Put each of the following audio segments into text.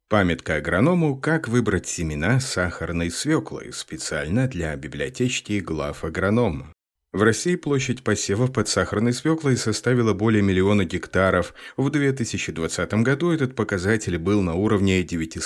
Памятка агроному «Как выбрать семена сахарной свеклы» специально для библиотечки глав агроном. В России площадь посевов под сахарной свеклой составила более миллиона гектаров. В 2020 году этот показатель был на уровне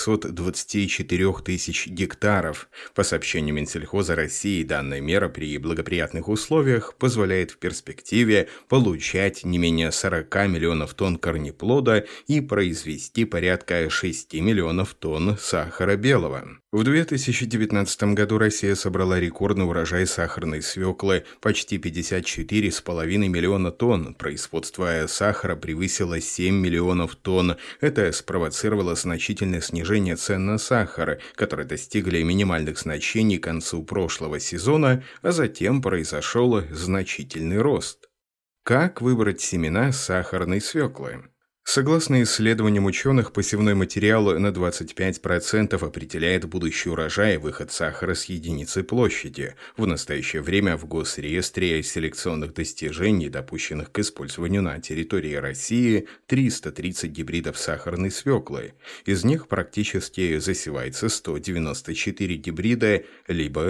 924 тысяч гектаров. По сообщению Минсельхоза России, данная мера при благоприятных условиях позволяет в перспективе получать не менее 40 миллионов тонн корнеплода и произвести порядка 6 миллионов тонн сахара белого. В 2019 году Россия собрала рекордный урожай сахарной свеклы – почти 54,5 миллиона тонн. Производство сахара превысило 7 миллионов тонн. Это спровоцировало значительное снижение цен на сахар, которые достигли минимальных значений к концу прошлого сезона, а затем произошел значительный рост. Как выбрать семена сахарной свеклы? Согласно исследованиям ученых, посевной материал на 25% определяет будущий урожай и выход сахара с единицы площади. В настоящее время в Госреестре селекционных достижений, допущенных к использованию на территории России, 330 гибридов сахарной свеклы. Из них практически засевается 194 гибрида, либо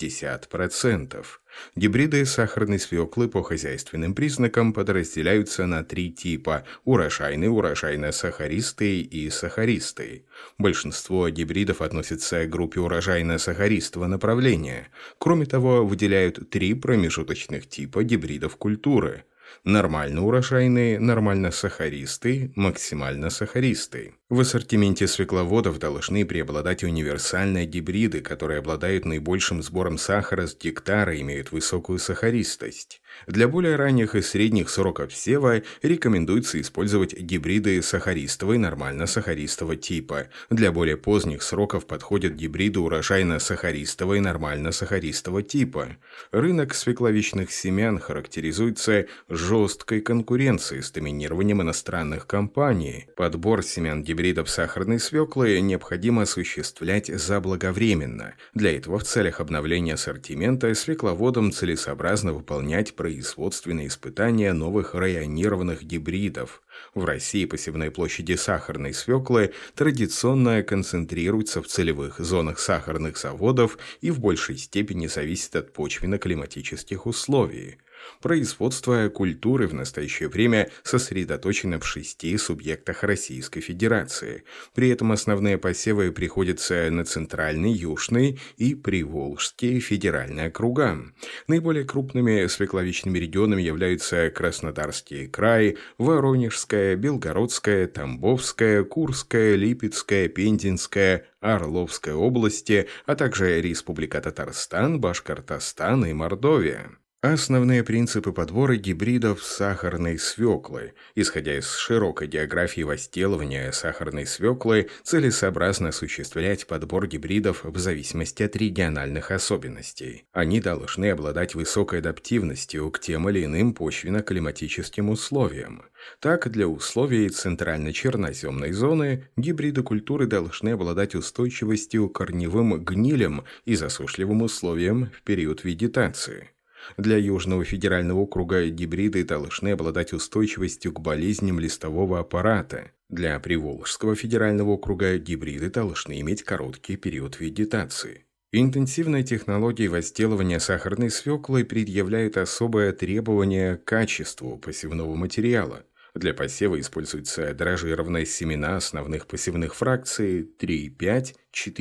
60%. Гибриды сахарной свеклы по хозяйственным признакам подразделяются на три типа – урожайный, урожайно-сахаристый и сахаристый. Большинство гибридов относятся к группе урожайно-сахаристого направления. Кроме того, выделяют три промежуточных типа гибридов культуры – нормально-урожайный, нормально-сахаристый, максимально-сахаристый. В ассортименте свекловодов должны преобладать универсальные гибриды, которые обладают наибольшим сбором сахара с гектара и имеют высокую сахаристость. Для более ранних и средних сроков сева рекомендуется использовать гибриды сахаристого и нормально-сахаристого типа. Для более поздних сроков подходят гибриды урожайно-сахаристого и нормально-сахаристого типа. Рынок свекловичных семян характеризуется жесткой конкуренцией с доминированием иностранных компаний. Подбор семян гибридов сахарной свеклы необходимо осуществлять заблаговременно. Для этого в целях обновления ассортимента свекловодам целесообразно выполнять производственные испытания новых районированных гибридов. В России посевные площади сахарной свеклы традиционно концентрируются в целевых зонах сахарных заводов и в большей степени зависят от почвенно-климатических условий. Производство культуры в настоящее время сосредоточено в 6 субъектах Российской Федерации. При этом основные посевы приходятся на Центральный, Южный и Приволжские федеральные округа. Наиболее крупными свекловичными регионами являются Краснодарский край, Воронежская, Белгородская, Тамбовская, Курская, Липецкая, Пензенская, Орловская области, а также Республика Татарстан, Башкортостан и Мордовия. Основные принципы подбора гибридов сахарной свеклы. Исходя из широкой географии возделывания сахарной свеклы, целесообразно осуществлять подбор гибридов в зависимости от региональных особенностей. Они должны обладать высокой адаптивностью к тем или иным почвенно-климатическим условиям. Так, для условий центрально-черноземной зоны гибриды культуры должны обладать устойчивостью к корневым гнилям и засушливым условиям в период вегетации. Для Южного федерального округа гибриды должны обладать устойчивостью к болезням листового аппарата. Для Приволжского федерального округа гибриды должны иметь короткий период вегетации. Интенсивные технологии возделывания сахарной свеклы предъявляют особое требование к качеству посевного материала. Для посева используются дрожжированные семена основных посевных фракций 3,5,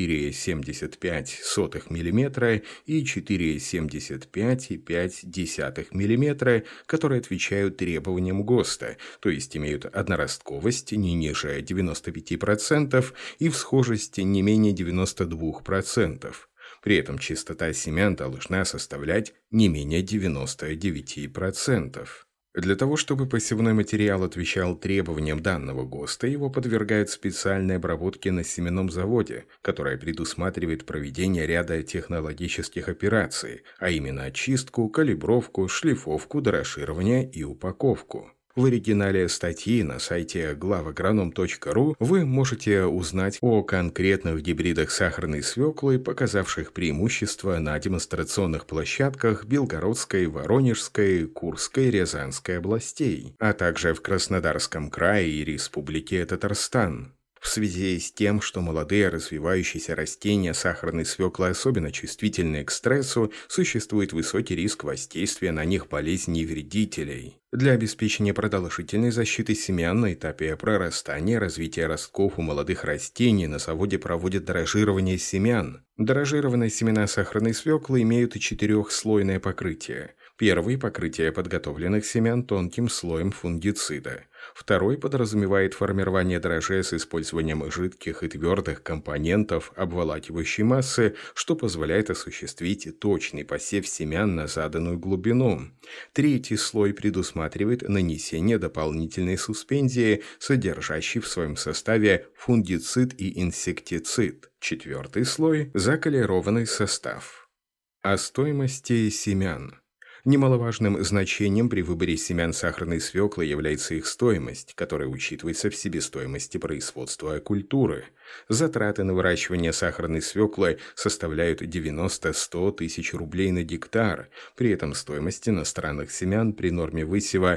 4,75 мм и 4,75,5 мм, которые отвечают требованиям ГОСТа, то есть имеют одноростковость не ниже 95% и всхожесть не менее 92%. При этом частота семян должна составлять не менее 99%. Для того, чтобы посевной материал отвечал требованиям данного ГОСТа, его подвергают специальной обработке на семенном заводе, которая предусматривает проведение ряда технологических операций, а именно очистку, калибровку, шлифовку, дрожжирование и упаковку. В оригинале статьи на сайте главагроном.ру вы можете узнать о конкретных гибридах сахарной свеклы, показавших преимущества на демонстрационных площадках Белгородской, Воронежской, Курской, Рязанской областей, а также в Краснодарском крае и Республике Татарстан. В связи с тем, что молодые развивающиеся растения сахарной свеклы особенно чувствительны к стрессу, существует высокий риск воздействия на них болезней и вредителей. Для обеспечения продолжительной защиты семян на этапе прорастания и развития ростков у молодых растений на заводе проводят дрожжирование семян. Дрожжированные семена сахарной свеклы имеют четырехслойное покрытие. Первый – покрытие подготовленных семян тонким слоем фунгицида. Второй подразумевает формирование дрожжей с использованием жидких и твердых компонентов обволакивающей массы, что позволяет осуществить точный посев семян на заданную глубину. Третий слой предусматривает нанесение дополнительной суспензии, содержащей в своем составе фунгицид и инсектицид. Четвертый слой – закалированный состав. О стоимости семян. Немаловажным значением при выборе семян сахарной свеклы является их стоимость, которая учитывается в себестоимости производства культуры. Затраты на выращивание сахарной свеклы составляют 90-100 тысяч рублей на гектар. При этом стоимость иностранных семян при норме высева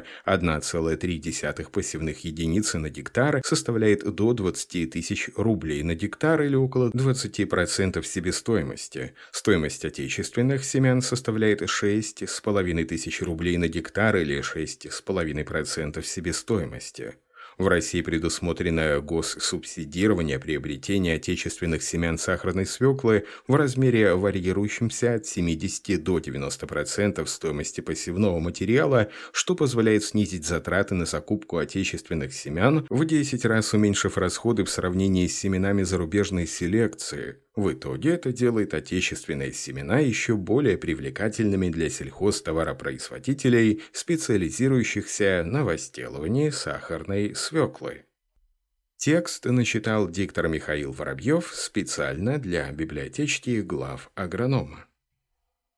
1,3 посевных единицы на гектар составляет до 20 тысяч рублей на гектар или около 20% себестоимости. Стоимость отечественных семян составляет 6,5 тысяч рублей на гектар или 6,5% себестоимости. В России предусмотрено госсубсидирование приобретения отечественных семян сахарной свеклы в размере, варьирующемся от 70 до 90% стоимости посевного материала, что позволяет снизить затраты на закупку отечественных семян, в 10 раз уменьшив расходы в сравнении с семенами зарубежной селекции. В итоге это делает отечественные семена еще более привлекательными для сельхозтоваропроизводителей, специализирующихся на возделывании сахарной свеклы. Текст начитал диктор Михаил Воробьев специально для библиотечки глав агронома.